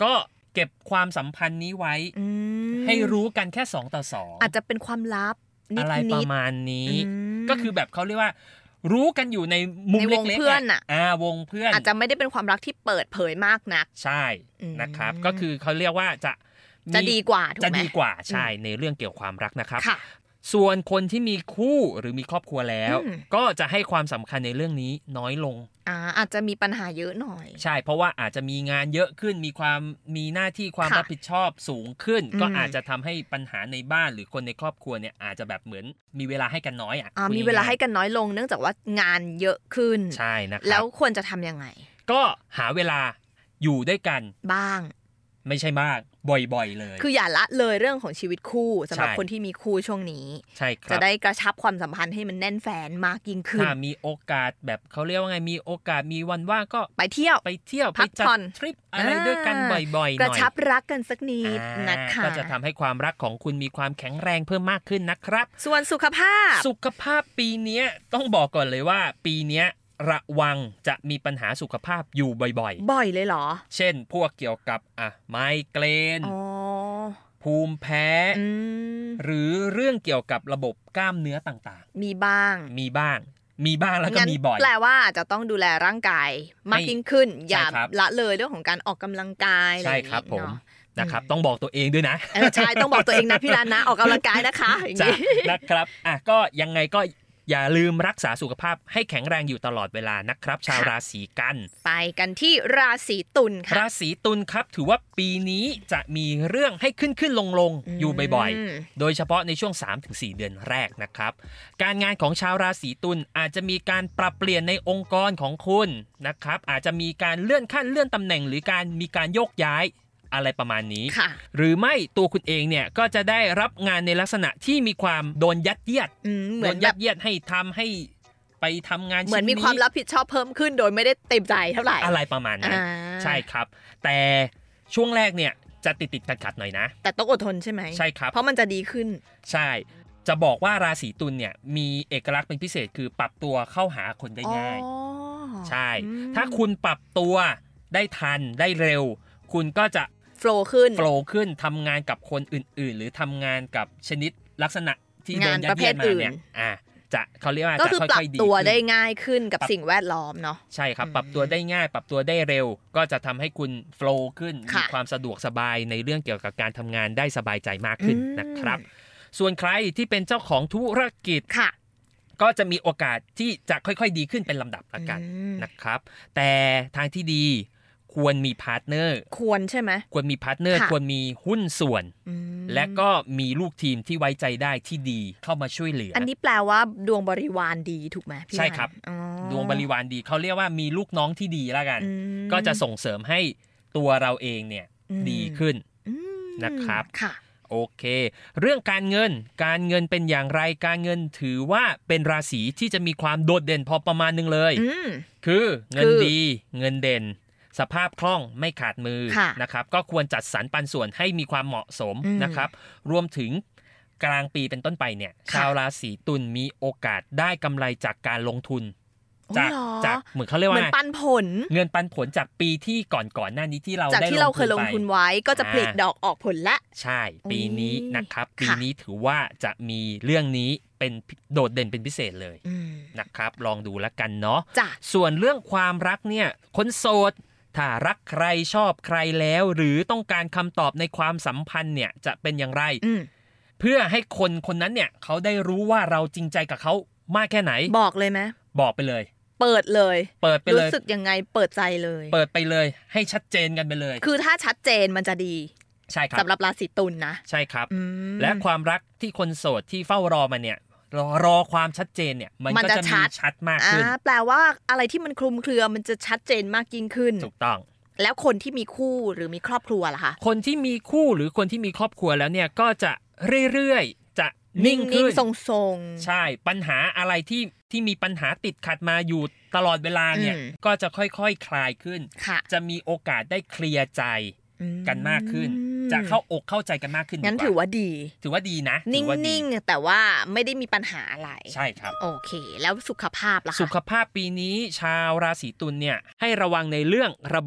เก็บความสัมพันธ์นี้ไว้ให้รู้กันแค่สองต่อสองอาจจะเป็นความลับนิดๆอะไรประมาณนี้ก็คือแบบเขาเรียกว่ารู้กันอยู่ในมุมเล็กๆเพื่อนอ่ะอ่าวงเพื่อนอาจจะไม่ได้เป็นความรักที่เปิดเผยมากนักใช่นะครับก็คือเขาเรียกว่าจะจะดีกว่าถูกไหมจะดีกว่าใช่ในเรื่องเกี่ยวกับความรักนะครับส่วนคนที่มีคู่หรือมีครอบครัวแล้วก็จะให้ความสำคัญในเรื่องนี้น้อยลงอ่าอาจจะมีปัญหาเยอะหน่อยใช่เพราะว่าอาจจะมีงานเยอะขึ้นมีความมีหน้าที่ความรับผิดชอบสูงขึ้นก็อาจจะทำให้ปัญหาในบ้านหรือคนในครอบครัวเนี่ยอาจจะแบบเหมือนมีเวลาให้กันน้อยอ่ะมีเวลาให้กันน้อยลงเนื่องจากว่างานเยอะขึ้นใช่นะครับแล้วควรจะทำยังไงก็หาเวลาอยู่ด้วยกันบ้างไม่ใช่มากบ่อยๆเลยคืออย่าละเลยเรื่องของชีวิตคู่สำหรับคนที่มีคู่ช่วงนี้ใช่ครับจะได้กระชับความสัมพันธ์ให้มันแน่นแฟนมากยิ่งขึ้นถ้ามีโอกาสแบบเขาเรียกว่าไงมีโอกาสมีวันว่างก็ไปเที่ยวไปเที่ยวไปจัดทริปอะไรด้วยกันบ่อยๆหน่อยกระชับรักกันสักนิดนะคะก็จะทำให้ความรักของคุณมีความแข็งแรงเพิ่มมากขึ้นนะครับส่วนสุขภาพสุขภาพปีนี้ต้องบอกก่อนเลยว่าปีนี้ระวังจะมีปัญหาสุขภาพอยู่บ่อยๆบ่อยเลยเหรอเช่นพวกเกี่ยวกับอ่ะไมเกรนภูมิแพ้หรือเรื่องเกี่ยวกับระบบกล้ามเนื้อต่างๆมีบ้างมีบ้างมีบ้างแล้วก็มีบ่อยแปลว่าจะต้องดูแลร่างกายมากยิ่งขึ้นอย่าละเลยเรื่องของการออกกำลังกายใช่ครับผมนะครับต้องบอกตัวเองด้วยนะใช่ต้องบอกตัวเองนะพี่รันนะออกกำลังกายนะคะอย่างนี้นะครับอ่ะก็ยังไงก็อย่าลืมรักษาสุขภาพให้แข็งแรงอยู่ตลอดเวลานะครับชาวราศีกันไปกันที่ราศีตุลค่ะราศีตุลครับถือว่าปีนี้จะมีเรื่องให้ขึ้นขึ้นลงลงอยู่บ่อยๆโดยเฉพาะในช่วง สามถึงสี่ เดือนแรกนะครับการงานของชาวราศีตุลอาจจะมีการปรับเปลี่ยนในองค์กรของคุณนะครับอาจจะมีการเลื่อนขั้นเลื่อนตำแหน่งหรือการมีการโยกย้ายอะไรประมาณนี้หรือไม่ตัวคุณเองเนี่ยก็จะได้รับงานในลักษณะที่มีความโดนยัดเยียดโดนยัดเยียดให้ทำให้ไปทำงานเหมือนมีความรับผิดชอบเพิ่มขึ้นโดยไม่ได้เต็มใจเท่าไหร่อะไรประมาณนั้นใช่ครับแต่ช่วงแรกเนี่ยจะติดติดขัดขัดหน่อยนะแต่ต้องอดทนใช่ไหมใช่ครับเพราะมันจะดีขึ้นใช่จะบอกว่าราศีตุลเนี่ยมีเอกลักษณ์เป็นพิเศษคือปรับตัวเข้าหาคนได้ง่ายใช่ถ้าคุณปรับตัวได้ทันได้เร็วคุณก็จะโฟล์ขึ้นโฟล์ขึ้นทำงานกับคนอื่นๆหรือทำงานกับชนิดลักษณะที่โดนยัดเยียดมาเนี่ยอ่าจะเขาเรียกว่าจะค่อยๆดีก็คือปรับตัวได้ง่ายขึ้นกับสิ่งแวดล้อมเนาะใช่ครับปรับตัวได้ง่ายปรับตัวได้เร็วก็จะทำให้คุณโฟล์ขึ้นมีความสะดวกสบายในเรื่องเกี่ยวกับการทำงานได้สบายใจมากขึ้นนะครับส่วนใครที่เป็นเจ้าของธุรกิจก็จะมีโอกาสที่จะค่อยๆดีขึ้นเป็นลำดับละกันนะครับแต่ทางที่ดีควรมีพาร์ทเนอร์ควรใช่ไหมควรมีพาร์ทเนอร์ควรมีหุ้นส่วนและก็มีลูกทีมที่ไว้ใจได้ที่ดีเข้ามาช่วยเหลืออันนี้แปลว่าดวงบริวารดีถูกไหมพี่ใช่ครับดวงบริวารดีเขาเรียกว่ามีลูกน้องที่ดีแล้วกันก็จะส่งเสริมให้ตัวเราเองเนี่ยดีขึ้นนะครับโอเคเรื่องการเงินการเงินเป็นอย่างไรการเงินถือว่าเป็นราศีที่จะมีความโดดเด่นพอประมาณนึงเลยคือเงินดีเงินเด่นสภาพคล่องไม่ขาดมือนะครับก็ควรจัดสรรปันส่วนให้มีความเหมาะสมนะครับรวมถึงกลางปีเป็นต้นไปเนี่ยชาวราศีตุลมีโอกาสได้กำไรจากการลงทุนจากจากเหมือนเขาเรียกว่าเหมือนปันผลเงินปันผลจากปีที่ก่อนก่อนหน้านี้ที่เราได้ลงทุนไปจากที่เราเคยลงทุนไว้ก็จะผลิดอกออกผลละใช่ปีนี้นะครับปีนี้ถือว่าจะมีเรื่องนี้เป็นโดดเด่นเป็นพิเศษเลยนะครับลองดูแล้วกันเนาะส่วนเรื่องความรักเนี่ยคนโสดถ้ารักใครชอบใครแล้วหรือต้องการคำตอบในความสัมพันธ์เนี่ยจะเป็นอย่างไรเพื่อให้คนคนนั้นเนี่ยเขาได้รู้ว่าเราจริงใจกับเขามากแค่ไหนบอกเลยไหมบอกไปเลยเปิดเลยเปิดไปเลยรู้สึกยังไงเปิดใจเลยเปิดไปเลยให้ชัดเจนกันไปเลยคือถ้าชัดเจนมันจะดีใช่ครับสำหรับราศีตุลนะใช่ครับและความรักที่คนโสดที่เฝ้ารอมาเนี่ยรอรอความชัดเจนเนี่ยมันก็จะมีชัดมากขึ้นแปลว่าอะไรที่มันคลุมเครือมันจะชัดเจนมากยิ่งขึ้นถูกต้องแล้วคนที่มีคู่หรือมีครอบครัวล่ะคะคนที่มีคู่หรือคนที่มีครอบครัวแล้วเนี่ยก็จะเรื่อยๆจะนิ่งขึ้นทรงๆใช่ปัญหาอะไรที่ที่มีปัญหาติดขัดมาอยู่ตลอดเวลาเนี่ยก็จะค่อยๆ ค, คลายขึ้นจะมีโอกาสได้เคลียร์ใจกันมากขึ้นจะเข้าอกเข้าใจกันมากขึ้นงั้นถือว่าดีถือว่าดีนะนิ่งๆแต่ว่าไม่ได้มีปัญหาอะไรใช่ครับโอเคแล้วสุขภาพล่ะคะสุขภาพปีนี้ชาวราศีตุลเนี่ยให้ระวังในเรื่องระบบ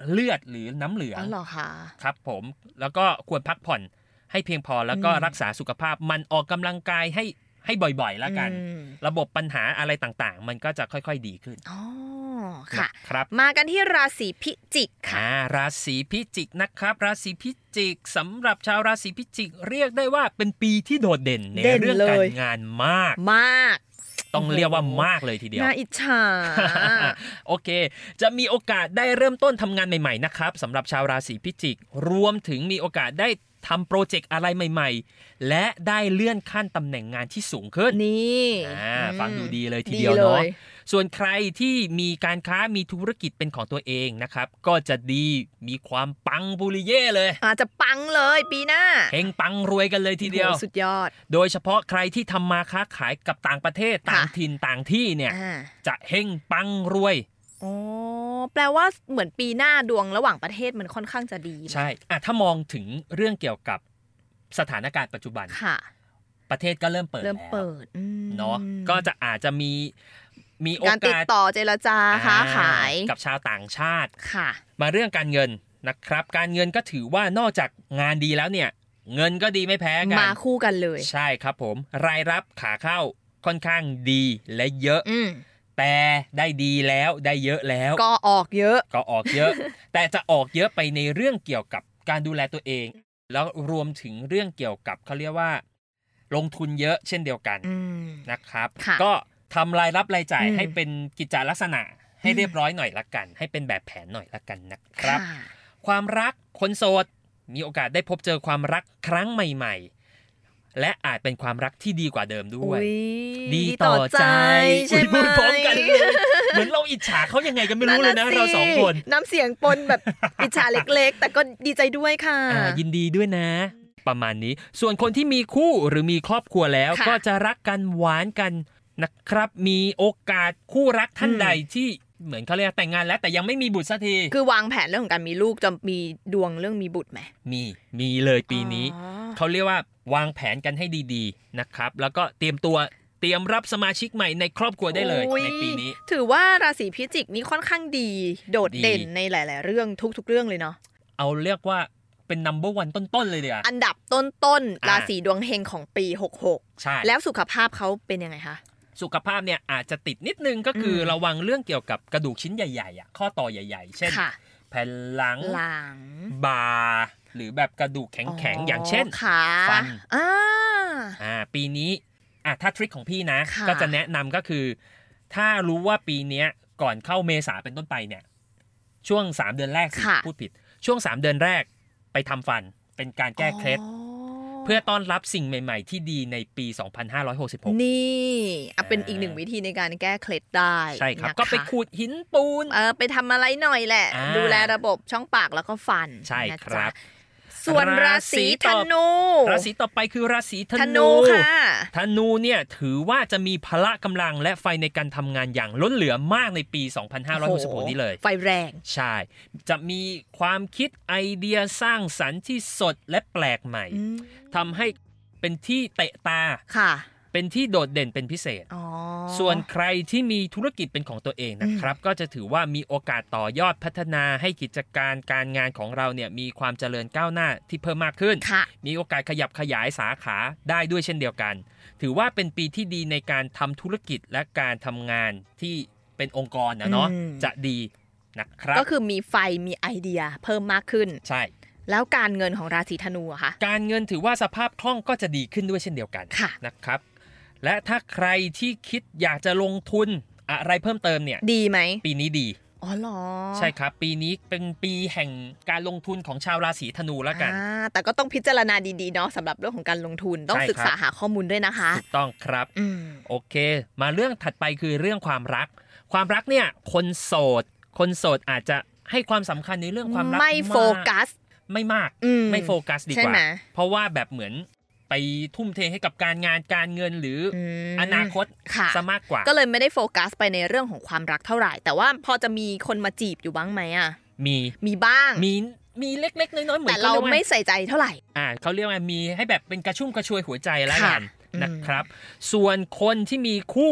เลือดหรือน้ำเหลืองอ๋อเหรอคะครับผมแล้วก็ควรพักผ่อนให้เพียงพอแล้วก็รักษาสุขภาพมันออกกำลังกายให้ให้บ่อยๆแล้วกันระบบปัญหาอะไรต่างๆมันก็จะค่อยๆดีขึ้นอ๋อค่ะครับมากันที่ราศีพิจิกค่ะอ่าราศีพิจิกนะครับราศีพิจิกสำหรับชาวราศีพิจิกเรียกได้ว่าเป็นปีที่โดดเด่นในเรื่องการงานมากมากต้องเรียกว่ามากเลยทีเดียวน่าอิจฉาโอเคจะมีโอกาสได้เริ่มต้นทำงานใหม่ๆนะครับสำหรับชาวราศีพิจิกรวมถึงมีโอกาสได้ทำโปรเจกต์อะไรใหม่ๆและได้เลื่อนขั้นตำแหน่งงานที่สูงขึ้นนี่ฟังดูดีเลยทีเดียวเนาะส่วนใครที่มีการค้ามีธุรกิจเป็นของตัวเองนะครับก็จะดีมีความปังปุริเย่เลยอาจจะปังเลยปีหน้าเฮงปังรวยกันเลยทีเดียวสุดยอดโดยเฉพาะใครที่ทำมาค้าขายกับต่างประเทศต่างถิ่นต่างที่เนี่ยจะเฮงปังรวยอ๋อแปลว่าเหมือนปีหน้าดวงระหว่างประเทศมันค่อนข้างจะดีใช่อ่ะถ้ามองถึงเรื่องเกี่ยวกับสถานการณ์ปัจจุบันค่ะประเทศก็เริ่มเปิดเริ่มเปิดเนาะก็จะอาจจะมีมีโอกาสการติดต่อเจรจาค้าขายกับชาวต่างชาติค่ะมาเรื่องการเงินนะครับการเงินก็ถือว่านอกจากงานดีแล้วเนี่ยเงินก็ดีไม่แพ้กันมาคู่กันเลยใช่ครับผมรายรับขาเข้าค่อนข้างดีและเยอะแต่ได้ดีแล้วได้เยอะแล้วก็ออกเยอะก็ออกเยอะแต่จะออกเยอะไปในเรื่องเกี่ยวกับการดูแลตัวเองแล้วรวมถึงเรื่องเกี่ยวกับเขาเรียกว่าลงทุนเยอะเช่นเดียวกันนะครับก็ทำรายรับรายจ่ายให้เป็นกิจลักษณะให้เรียบร้อยหน่อยละกันให้เป็นแบบแผนหน่อยละกันนะครับความรักคนโสดมีโอกาสได้พบเจอความรักครั้งใหม่ๆและอาจเป็นความรักที่ดีกว่าเดิมด้วยดีต่อใจใช่ไหมพูดพร้อมกันเหมือนเราอิจฉาเขายังไงกันไม่รู้เลยนะเราสองคนน้ำเสียงปนแบบอิจฉาเล็กๆแต่ก็ดีใจด้วยค่ะยินดีด้วยนะประมาณนี้ส่วนคนที่มีคู่หรือมีครอบครัวแล้วก็จะรักกันหวานกันนะครับมีโอกาสคู่รักท่านใดที่เหมือนเขาเรียกแต่งงานแล้วแต่ยังไม่มีบุตรสักทีคือวางแผนเรื่องของการมีลูกจะมีดวงเรื่องมีบุตรไหมมีมีเลยปีนี้เขาเรียกว่าวางแผนกันให้ดีๆนะครับแล้วก็เตรียมตัวเตรียมรับสมาชิกใหม่ในครอบครัวได้เลยในปีนี้ถือว่าราศีพิจิกนี่ค่อนข้างดีโดดเด่นในหลายๆเรื่องทุกๆเรื่องเลยเนาะเอาเรียกว่าเป็น นัมเบอร์ วัน ต้นๆเลยเดี๋ยวอันดับต้นๆราศีดวงเฮงของปีหกหกใช่แล้วสุขภาพเขาเป็นยังไงคะสุขภาพเนี่ยอาจจะติดนิดนึงก็คือระวังเรื่องเกี่ยวกับกระดูกชิ้นใหญ่ๆอ่ะข้อต่อใหญ่ๆเช่นแผ่นหลังบ่าหรือแบบกระดูกแข็งๆอย่างเช่นฟันอ่าอ่าปีนี้อ่ะถ้าทริคของพี่นะก็จะแนะนำก็คือถ้ารู้ว่าปีนี้ก่อนเข้าเมษาเป็นต้นไปเนี่ยช่วงสามเดือนแรกสิพูดผิดช่วงสามเดือนแรกไปทำฟันเป็นการแก้เคล็ดเพื่อต้อนรับสิ่งใหม่ๆที่ดีในปีสองพันห้าร้อยหกสิบหกนี่อ่ะเป็นอีกหนึ่งวิธีในการแก้เคล็ดได้ใช่ครับก็ไปขูดหินปูนเออไปทำอะไรหน่อยแหละดูแลระบบช่องปากแล้วก็ฟันใช่ครับส่วนราศีธนูราศีต่อไปคือราศีธนูค่ะธนูเนี่ยถือว่าจะมีพละกำลังและไฟในการทำงานอย่างล้นเหลือมากในปีสองพันห้าร้อยหกสิบหกนี้เลยไฟแรงใช่จะมีความคิดไอเดียสร้างสรรค์ที่สดและแปลกใหม่ทำให้เป็นที่เตะตาค่ะเป็นที่โดดเด่นเป็นพิเศษส่วนใครที่มีธุรกิจเป็นของตัวเองนะครับก็จะถือว่ามีโอกาสต่อยอดพัฒนาให้กิจการการงานของเราเนี่ยมีความเจริญก้าวหน้าที่เพิ่มมากขึ้นมีโอกาสขยับขยายสาขาได้ด้วยเช่นเดียวกันถือว่าเป็นปีที่ดีในการทำธุรกิจและการทำงานที่เป็นองค์กรนะเนาะจะดีนะครับก็คือมีไฟมีไอเดียเพิ่มมากขึ้นใช่แล้วการเงินของราศีธนูอะคะการเงินถือว่าสภาพคล่องก็จะดีขึ้นด้วยเช่นเดียวกันนะครับและถ้าใครที่คิดอยากจะลงทุนอะไรเพิ่มเติมเนี่ยดีไหมปีนี้ดีอ๋อเหรอใช่ครับปีนี้เป็นปีแห่งการลงทุนของชาวราศีธนูแล้วกันแต่ก็ต้องพิจารณาดีๆเนาะสำหรับเรื่องของการลงทุนต้องศึกษาหาข้อมูลด้วยนะคะถูกต้องครับโอเคมาเรื่องถัดไปคือเรื่องความรักความรักเนี่ยคนโสดคนโสดอาจจะให้ความสำคัญในเรื่องความรักไม่โฟกัสไม่มากไม่โฟกัสดีกว่าเพราะว่าแบบเหมือนไปทุ่มเทให้กับการงานการเงินหรืออนาคตซะมากกว่าก็เลยไม่ได้โฟกัสไปในเรื่องของความรักเท่าไหร่แต่ว่าพอจะมีคนมาจีบอยู่บ้างไหมอ่ะมีมีบ้างมีมีเล็กๆน้อยๆเหมือนแต่เราไม่ใส่ใจเท่าไหร่อ่าเขาเรียกว่ามีให้แบบเป็นกระชุ่มกระชวยหัวใจแล้วกันนะครับส่วนคนที่มีคู่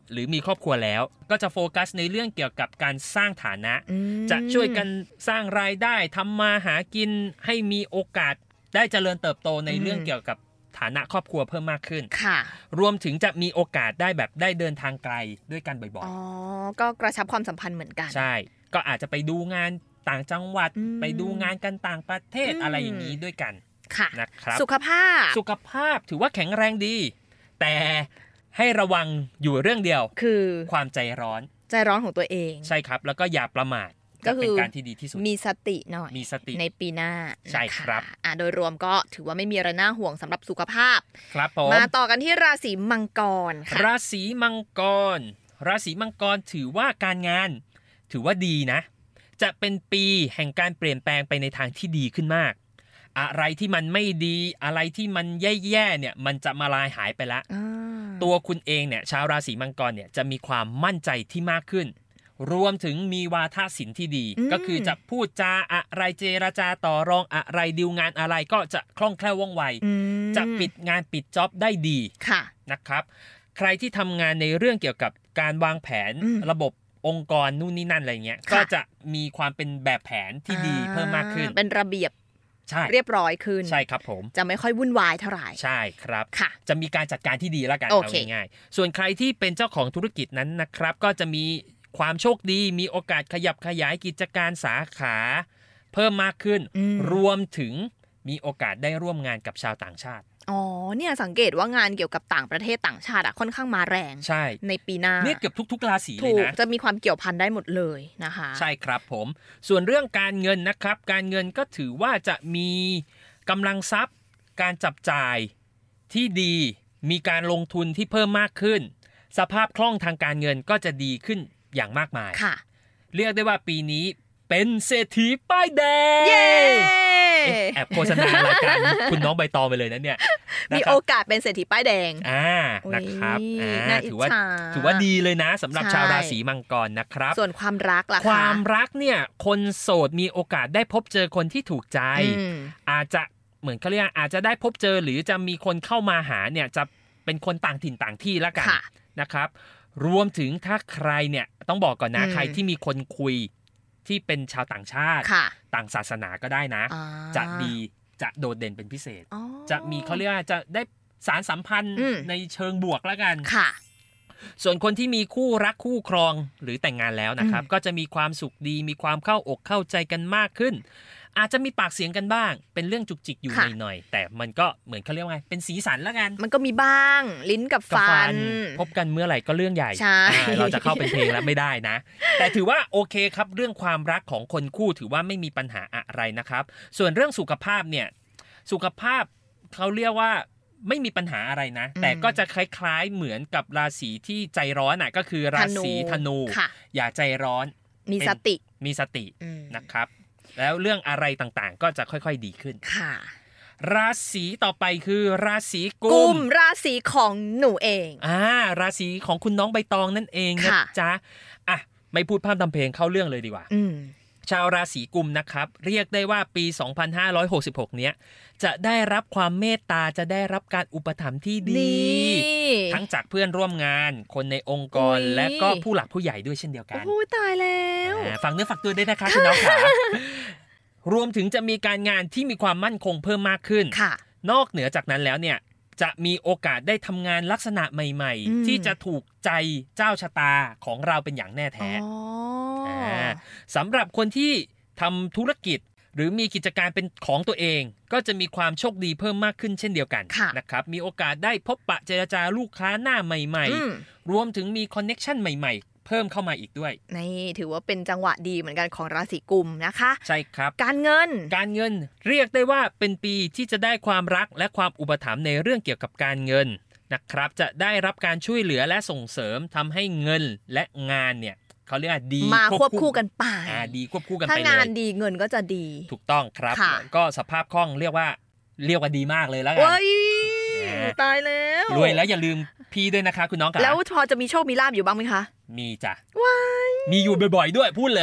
หรือมีครอบครัวแล้วก็จะโฟกัสในเรื่องเกี่ยวกับการสร้างฐานะจะช่วยกันสร้างรายได้ทำมาหากินให้มีโอกาสได้เจริญเติบโตในเรื่องเกี่ยวกับฐานะครอบครัวเพิ่มมากขึ้นค่ะรวมถึงจะมีโอกาสได้แบบได้เดินทางไกลด้วยกันบ่อยๆอ๋อก็กระชับความสัมพันธ์เหมือนกันใช่ก็อาจจะไปดูงานต่างจังหวัดไปดูงานกันต่างประเทศอะไรอย่างนี้ด้วยกันนะครับสุขภาพสุขภาพถือว่าแข็งแรงดีแต่ให้ระวังอยู่เรื่องเดียวคือความใจร้อนใจร้อนของตัวเองใช่ครับแล้วก็อย่าประมาทก็เป็นการที่ดีที่สุดมีสติหน่อยมีสติในปีหน้าใช่ครับอ่ะโดยรวมก็ถือว่าไม่มีอะไรน่าห่วงสำหรับสุขภาพครับผมมาต่อกันที่ราศีมังกรค่ะราศีมังกรราศีมังกรถือว่าการงานถือว่าดีนะจะเป็นปีแห่งการเปลี่ยนแปลงไปในทางที่ดีขึ้นมากอะไรที่มันไม่ดีอะไรที่มันแย่ๆเนี่ยมันจะมาลายหายไปละตัวคุณเองเนี่ยชาวราศีมังกรเนี่ยจะมีความมั่นใจที่มากขึ้นรวมถึงมีวาทศิลป์ที่ดีก็คือจะพูดจาอะไรเจรจาต่อรองอะไรดีลงานอะไรก็จะคล่องแคล่วว่องไวจะปิดงานปิดจ็อบได้ดีนะครับใครที่ทำงานในเรื่องเกี่ยวกับการวางแผนระบบองค์กรนู่นนี่นั่นอะไรเงี้ยก็จะมีความเป็นแบบแผนที่ดีเพิ่มมากขึ้นเป็นระเบียบเรียบร้อยขึ้นใช่ครับผมจะไม่ค่อยวุ่นวายเท่าไหร่ใช่ครับจะมีการจัดการที่ดีแล้วกันเอาง่ายๆส่วนใครที่เป็นเจ้าของธุรกิจนั้นนะครับก็จะมีความโชคดีมีโอกาสขยับขยายกิจการสาขาเพิ่มมากขึ้นรวมถึงมีโอกาสได้ร่วมงานกับชาวต่างชาติอ๋อเนี่ยสังเกตว่างานเกี่ยวกับต่างประเทศต่างชาติอ่ะค่อนข้างมาแรงใช่ในปีหน้าเนี่ยเกือบทุกๆราศีเลยนะจะมีความเกี่ยวพันได้หมดเลยนะคะใช่ครับผมส่วนเรื่องการเงินนะครับการเงินก็ถือว่าจะมีกำลังทรัพย์การจับจ่ายที่ดีมีการลงทุนที่เพิ่มมากขึ้นสภาพคล่องทางการเงินก็จะดีขึ้นอย่างมากมายค่ะเรียกได้ว่าปีนี้เป็นเศรษฐีป้ายแดงเย้แอบโฆษณารายการคุณน้องใบตองไปเลยนะเนี่ยมีโอกาสเป็นเศรษฐีป้ายแดงอ่านะครับอ่าถือว่าถือว่าดีเลยนะสำหรับชาวราศีมังกรนะครับส่วนความรักล่ะคะความรักเนี่ยคนโสดมีโอกาสได้พบเจอคนที่ถูกใจอาจจะเหมือนเขาเรียกอาจจะได้พบเจอหรือจะมีคนเข้ามาหาเนี่ยจะเป็นคนต่างถิ่นต่างที่ละกันนะครับรวมถึงถ้าใครเนี่ยต้องบอกก่อนนะใครที่มีคนคุยที่เป็นชาวต่างชาติต่างศาสนาก็ได้นะจะดีจะโดดเด่นเป็นพิเศษจะมีเขาเรียกว่าจะได้สารสัมพันธ์ในเชิงบวกแล้วกันส่วนคนที่มีคู่รักคู่ครองหรือแต่งงานแล้วนะครับก็จะมีความสุขดีมีความเข้าอกเข้าใจกันมากขึ้นอาจจะมีปากเสียงกันบ้างเป็นเรื่องจุกจิกอยู่หน่อยๆแต่มันก็เหมือนเขาเรียกว่าไงเป็นสีสันแล้วกันมันก็มีบ้างลิ้นกับฟันพบกันเมื่อไหร่ก็เรื่องใหญ่เราจะเข้าเป็นเพลงแล้วไม่ได้นะแต่ถือว่าโอเคครับเรื่องความรักของคนคู่ถือว่าไม่มีปัญหาอะไรนะครับส่วนเรื่องสุขภาพเนี่ยสุขภาพเขาเรียกว่าไม่มีปัญหาอะไรนะแต่ก็จะคล้ายๆเหมือนกับราศีที่ใจร้อนน่ะก็คือราศีธนูอย่าใจร้อนมีสติมีสตินะครับแล้วเรื่องอะไรต่างๆก็จะค่อยๆดีขึ้นค่ะราศีต่อไปคือราศีกุมราศีของหนูเองอ่าราศีของคุณน้องใบตองนั่นเองนะจ๊ะอ่ะไม่พูดพร่ำทำเพลงเข้าเรื่องเลยดีกว่าชาวราศีกุมนะครับเรียกได้ว่าปีสองพันห้าร้อยหกสิบหกเนี้ยจะได้รับความเมตตาจะได้รับการอุปถัมภ์ที่ดีทั้งจากเพื่อนร่วมงานคนในองค์กรและก็ผู้หลักผู้ใหญ่ด้วยเช่นเดียวกันโอ้ยตายแล้วฝังเนื้อฝักตัวด้วยนะคะคุณน้องค่ะรวมถึงจะมีการงานที่มีความมั่นคงเพิ่มมากขึ้นนอกเหนือจากนั้นแล้วเนี่ยจะมีโอกาสได้ทำงานลักษณะใหม่ๆที่จะถูกใจเจ้าชะตาของเราเป็นอย่างแน่แท้สำหรับคนที่ทำธุรกิจหรือมีกิจการเป็นของตัวเองก็จะมีความโชคดีเพิ่มมากขึ้นเช่นเดียวกันนะครับมีโอกาสได้พบปะเจรจาลูกค้าหน้าใหม่ๆรวมถึงมีคอนเนคชั่นใหม่ๆเพิ่มเข้ามาอีกด้วยนี่ถือว่าเป็นจังหวะดีเหมือนกันของราศีกุมนะคะใช่ครับการเงินการเงินเรียกได้ว่าเป็นปีที่จะได้ความรักและความอุปถัมภ์ในเรื่องเกี่ยวกับการเงินนะครับจะได้รับการช่วยเหลือและส่งเสริมทำให้เงินและงานเนี่ยเขาเรียกว่าดีมาควบคู่กันไปอ่าดีควบคู่กันไปเลยถ้างานดีเงินก็จะดีถูกต้องครับก็สภาพคล่องเรียกว่าเรียกว่าดีมากเลยแล้วกันตายแล้วรวยแล้วอย่าลืมพี่ด้วยนะคะคุณน้องค่ะแล้วพอจะมีโชคมีลาภอยู่บ้างไหมคะมีจ้ะว้ายมีอยู่บ่อยๆด้วยพูดเลยไม่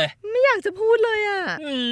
อยากจะพูดเลยอ่ะ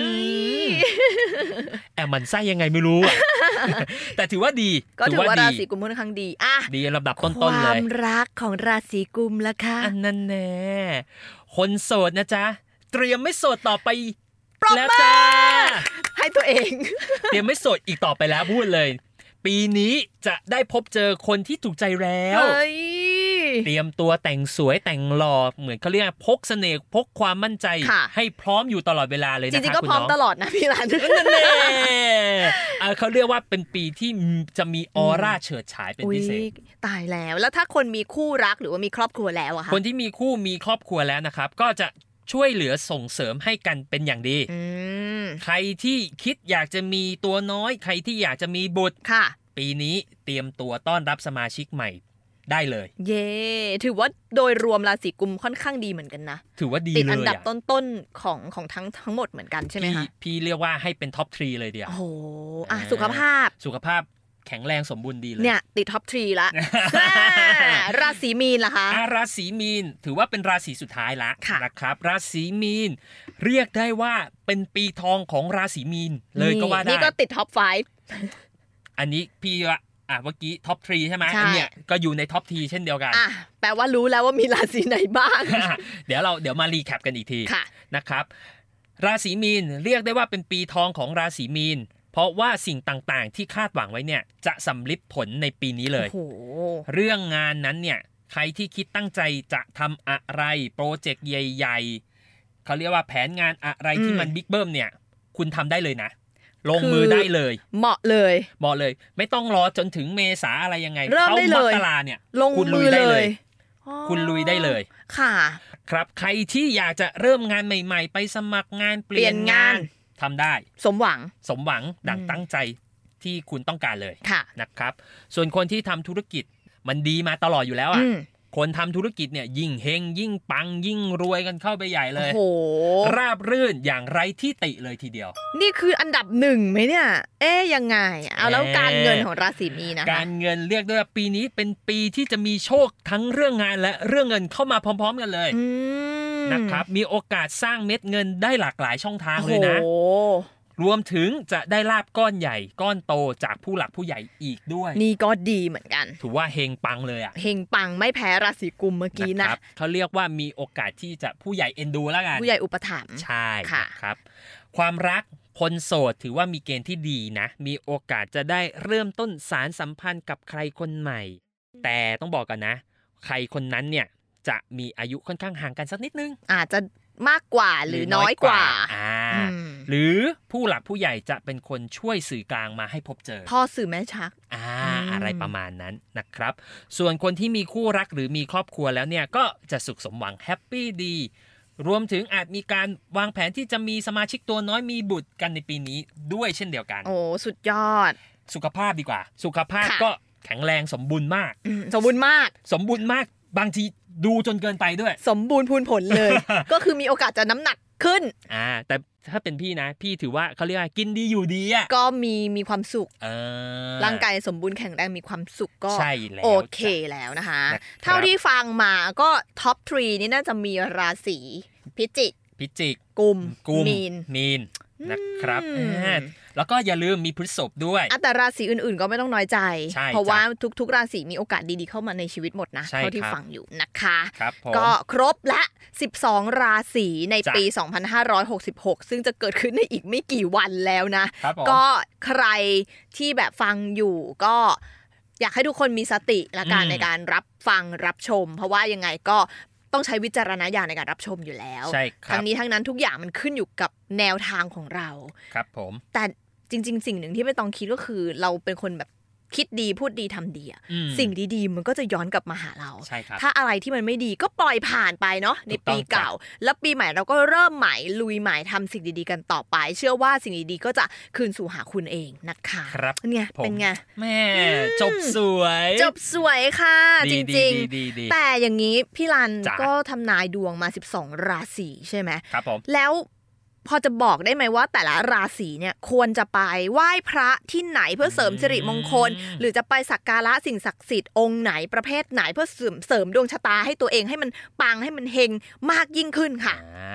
แอบมันไส้ยังไงไม่รู้ แต่ถือว่าดีก็ถือว่าราศีกุมค่อนข้างดีอ่ะดีลำดับต้นๆเลยความรักของราศีกุมล่ะค่ะอันนั้นแน่คนโสดนะจ๊ะเตรียมไม่โสดต่อไปแล้วจ้าให้ตัวเองเตรียมไม่โสดอีกต่อไปแล้วพูดเลยปีนี้จะได้พบเจอคนที่ถูกใจแล้วเตรียมตัวแต่งสวยแต่งหล่อเหมือนเขาเรียกพกเสน่ห์พกความมั่นใจให้พร้อมอยู่ตลอดเวลาเลยนะคะจริงๆก็พร้อมตลอดนะพี่รันนั่นแน่เขาเรียกว่าเป็นปีที่จะมีออร่าเฉิดฉายเป็นพิเศษตายแล้วแล้วถ้าคนมีคู่รักหรือว่ามีครอบครัวแล้วอะคะคนที่มีคู่มีครอบครัวแล้วนะครับก็จะช่วยเหลือส่งเสริมให้กันเป็นอย่างดีใครที่คิดอยากจะมีตัวน้อยใครที่อยากจะมีบุตรปีนี้เตรียมตัวต้อนรับสมาชิกใหม่ได้เลยเย่ถือว่าโดยรวมราศีกุมค่อนข้างดีเหมือนกันนะถือว่าดีเลยติดอันดับต้นๆของของทั้งทั้งหมดเหมือนกันใช่ไหมคะพี่เรียกว่าให้เป็นท็อปทรีเลยเดียวโอ้โหอ่ะสุขภาพสุขภาพแข็งแรงสมบูรณ์ดีเลยเนี่ยติดท็อปทรีละ ราศีมีนล่ะคะราศีมีนถือว่าเป็นราศีสุดท้ายละนะครับราศีมีนเรียกได้ว่าเป็นปีทองของราศีมีนเลยก็ว่าได้นี่ก็ติดท็อปไฟว์อันนี้พี่ว่าอ่ะเมื่อกี้ท็อปทรีใช่ไหมอันเนี้ยก็อยู่ในท็อปทีเช่นเดียวกันอ่ะแปลว่ารู้แล้วว่ามีราศีไหนบ้างเดี๋ยวเราเดี๋ยวมารีแคปกันอีกทีนะครับราศีมีนเรียกได้ว่าเป็นปีทองของราศีมีนเพราะว่าสิ่งต่างๆที่คาดหวังไว้เนี่ยจะสำลิดผลในปีนี้เลยเรื่องงานนั้นเนี่ยใครที่คิดตั้งใจจะทำอะไรโปรเจกต์ใหญ่ๆเขาเรียกว่าแผนงานอะไรที่มันบิ๊กเบิ้มเนี่ยคุณทำได้เลยนะลงมือได้เลยเหมาะเลยเหมาะเลยไม่ต้องรอจนถึงเมษาอะไรยังไงเข้ามกราเนี่ยคุณลุยได้เลยคุณลุยได้เลยค่ะครับใครที่อยากจะเริ่มงานใหม่ๆไปสมัครงานเปลี่ยนงานทำได้สมหวังสมหวังดังตั้งใจที่คุณต้องการเลยนะครับส่วนคนที่ทำธุรกิจมันดีมาตลอดอยู่แล้วอ่ะคนทำธุรกิจเนี่ยยิ่งเฮงยิ่งปังยิ่งรวยกันเข้าไปใหญ่เลยโอ้โหราบรื่นอย่างไร้ที่ติเลยทีเดียวนี่คืออันดับหนึ่งไหมเนี่ยเอ๊ยยังไงเอาแล้วการเงินของราศีมีนนะคะการเงินเรียกได้ว่าปีนี้เป็นปีที่จะมีโชคทั้งเรื่องงานและเรื่องเงินเข้ามาพร้อมๆกันเลยนะครับมีโอกาสสร้างเม็ดเงินได้หลากหลายช่องทางเลยนะรวมถึงจะได้ลาภก้อนใหญ่ก้อนโตจากผู้หลักผู้ใหญ่อีกด้วยนี่ก็ดีเหมือนกันถือว่าเฮงปังเลยอ่ะเฮงปังไม่แพ้ราศีกุมเมื่อกี้นะเขาเรียกว่ามีโอกาสที่จะผู้ใหญ่เอ็นดูแล้วกันผู้ใหญ่อุปถัมภ์ใช่ครับความรักคนโสดถือว่ามีเกณฑ์ที่ดีนะมีโอกาสจะได้เริ่มต้นสารสัมพันธ์กับใครคนใหม่แต่ต้องบอกกันนะใครคนนั้นเนี่ยจะมีอายุค่อนข้างห่างกันสักนิดนึงอาจจะมากกว่าหรือน้อยกว่าอ่าหรือผู้หลักผู้ใหญ่จะเป็นคนช่วยสื่อกลางมาให้พบเจอพ่อสื่อแม่ชักอ่าอะไรประมาณนั้นนะครับส่วนคนที่มีคู่รักหรือมีครอบครัวแล้วเนี่ยก็จะสุขสมหวังแฮปปี้ดีรวมถึงอาจมีการวางแผนที่จะมีสมาชิกตัวน้อยมีบุตรกันในปีนี้ด้วยเช่นเดียวกันโอ้สุดยอดสุขภาพดีกว่าสุขภาพก็แข็งแรงสมบูรณ์มากสมบูรณ์มากสมบูรณ์มากบางทีดูจนเกินไปด้วยสมบูรณ์พูนผลเลย ก็คือมีโอกาสจะน้ำหนักขึ้นอ่าแต่ถ้าเป็นพี่นะพี่ถือว่าเขาเรียกว่ากินดีอยู่ดีอ่ะก็มีมีความสุขเออร่างกายสมบูรณ์แข็งแรงมีความสุขก็ใช่แล้วโอเคแล้วนะคะเท่าที่ฟังมาก็ท็อปทรีนี่น่าจะมีราศีพิจิกพิจิกกุมมีนมีนนะครับแล้วก็อย่าลืมมีพฤษภด้วยแต่ราศีอื่นๆก็ไม่ต้องน้อยใจเพราะว่าทุกๆราศีมีโอกาสดีๆเข้ามาในชีวิตหมดนะเท่าที่ฟังอยู่นะคะก็ครบละสิบสองราศีในปีสองพันห้าร้อยหกสิบหกซึ่งจะเกิดขึ้นในอีกไม่กี่วันแล้วนะก็ใครที่แบบฟังอยู่ก็อยากให้ทุกคนมีสติละกันในการรับฟังรับชมเพราะว่ายังไงก็ต้องใช้วิจารณญาณในการรับชมอยู่แล้วทั้งนี้ทั้งนั้นทุกอย่างมันขึ้นอยู่กับแนวทางของเราครับผมแต่จริงๆสิ่งหนึ่งที่ไม่ต้องคิดก็คือเราเป็นคนแบบคิดดีพูดดีทำดีอ่ะสิ่งดีๆมันก็จะย้อนกลับมาหาเราถ้าอะไรที่มันไม่ดีก็ปล่อยผ่านไปเนาะในปีเก่าแล้วปีใหม่เราก็เริ่มใหม่ลุยใหม่ทำสิ่งดีๆกันต่อไปเชื่อว่าสิ่งดีๆก็จะคืนสู่หาคุณเองนะคะครับเนี่ยเป็นไงแม่จบสวยจบสวยค่ะจริงๆแต่อย่างนี้พี่รันก็ทำนายดวงมาสิบสองราศีใช่ไหมครับผมแล้วพอจะบอกได้ไหมว่าแต่ละราศีเนี่ยควรจะไปไหว้พระที่ไหนเพื่อเสริมสิริมงคลหรือจะไปสักการะสิ่งศักดิ์สิทธิ์องค์ไหนประเภทไหนเพื่อเสริมเสริมดวงชะตาให้ตัวเองให้มันปังให้มันเฮงมากยิ่งขึ้นค่ะจ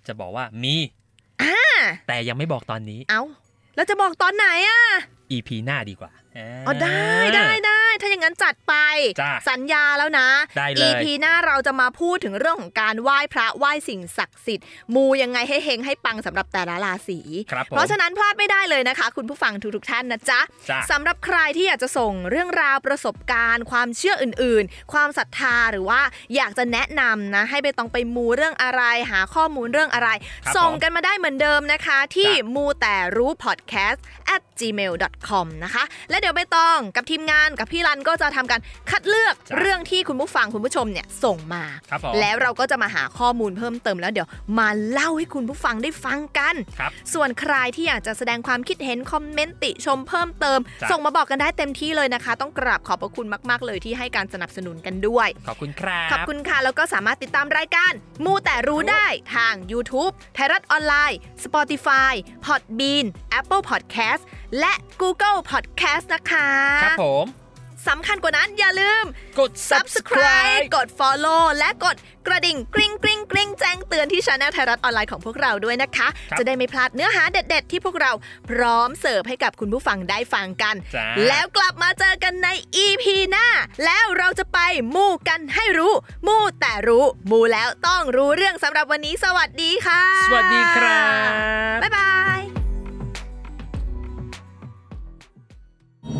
จะบอกว่ามีแต่ยังไม่บอกตอนนี้เอ้าแล้วจะบอกตอนไหนอ่ะอี พี หน้าดีกว่าอ๋อได้ได้ได้ถ้าอย่างนั้นจัดไปสัญญาแล้วนะ อี พี หน้าเราจะมาพูดถึงเรื่องของการไหว้พระไหว้สิ่งศักดิ์สิทธิ์มูยังไงให้เฮงให้ปังสำหรับแต่ละราศีเพราะฉะนั้นพลาดไม่ได้เลยนะคะคุณผู้ฟังทุกๆท่านนะจ๊ะสำหรับใครที่อยากจะส่งเรื่องราวประสบการณ์ความเชื่ออื่นๆความศรัทธาหรือว่าอยากจะแนะนำนะให้ไปต้องไปมูเรื่องอะไรหาข้อมูลเรื่องอะไรส่งกันมาได้เหมือนเดิมนะคะที่มูแต่รู้ พอดแคสต์ แอท จีเมล ดอท คอม นะคะและเดี๋ยวใบตองกับทีมงานกับพี่รันก็จะทำการคัดเลือกเรื่องที่คุณผู้ฟังคุณผู้ชมเนี่ยส่งมาแล้วเราก็จะมาหาข้อมูลเพิ่มเติมแล้วเดี๋ยวมาเล่าให้คุณผู้ฟังได้ฟังกันส่วนใครที่อยากจะแสดงความคิดเห็นคอมเมนต์ติชมเพิ่มเติมส่งมาบอกกันได้เต็มที่เลยนะคะต้องกราบขอบพระคุณมากๆเลยที่ให้การสนับสนุนกันด้วยขอบคุณครับขอบคุณค่ะแล้วก็สามารถติดตามรายการมูแต่รู้ได้ทาง YouTube ไทยรัฐออนไลน์ Spotify Podbean Apple Podcast และ Google Podcast นะคะครับผมสำคัญกว่านั้นอย่าลืมกด Subscribe กด Follow และกดกระดิ่งกริ๊งกริ๊งกริ๊งแจ้งเตือนที่ Channel ไทยรัฐออนไลน์ของพวกเราด้วยนะคะจะได้ไม่พลาดเนื้อหาเด็ดๆที่พวกเราพร้อมเสิร์ฟให้กับคุณผู้ฟังได้ฟังกันแล้วกลับมาเจอกันใน อี พี หน้าแล้วเราจะไปมู่กันให้รู้มู่แต่รู้มู่แล้วต้องรู้เรื่องสำหรับวันนี้สวัสดีค่ะสวัสดีครับบ๊ายบาย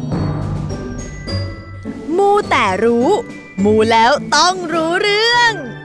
มูแต่รู้มูแล้วต้องรู้เรื่อง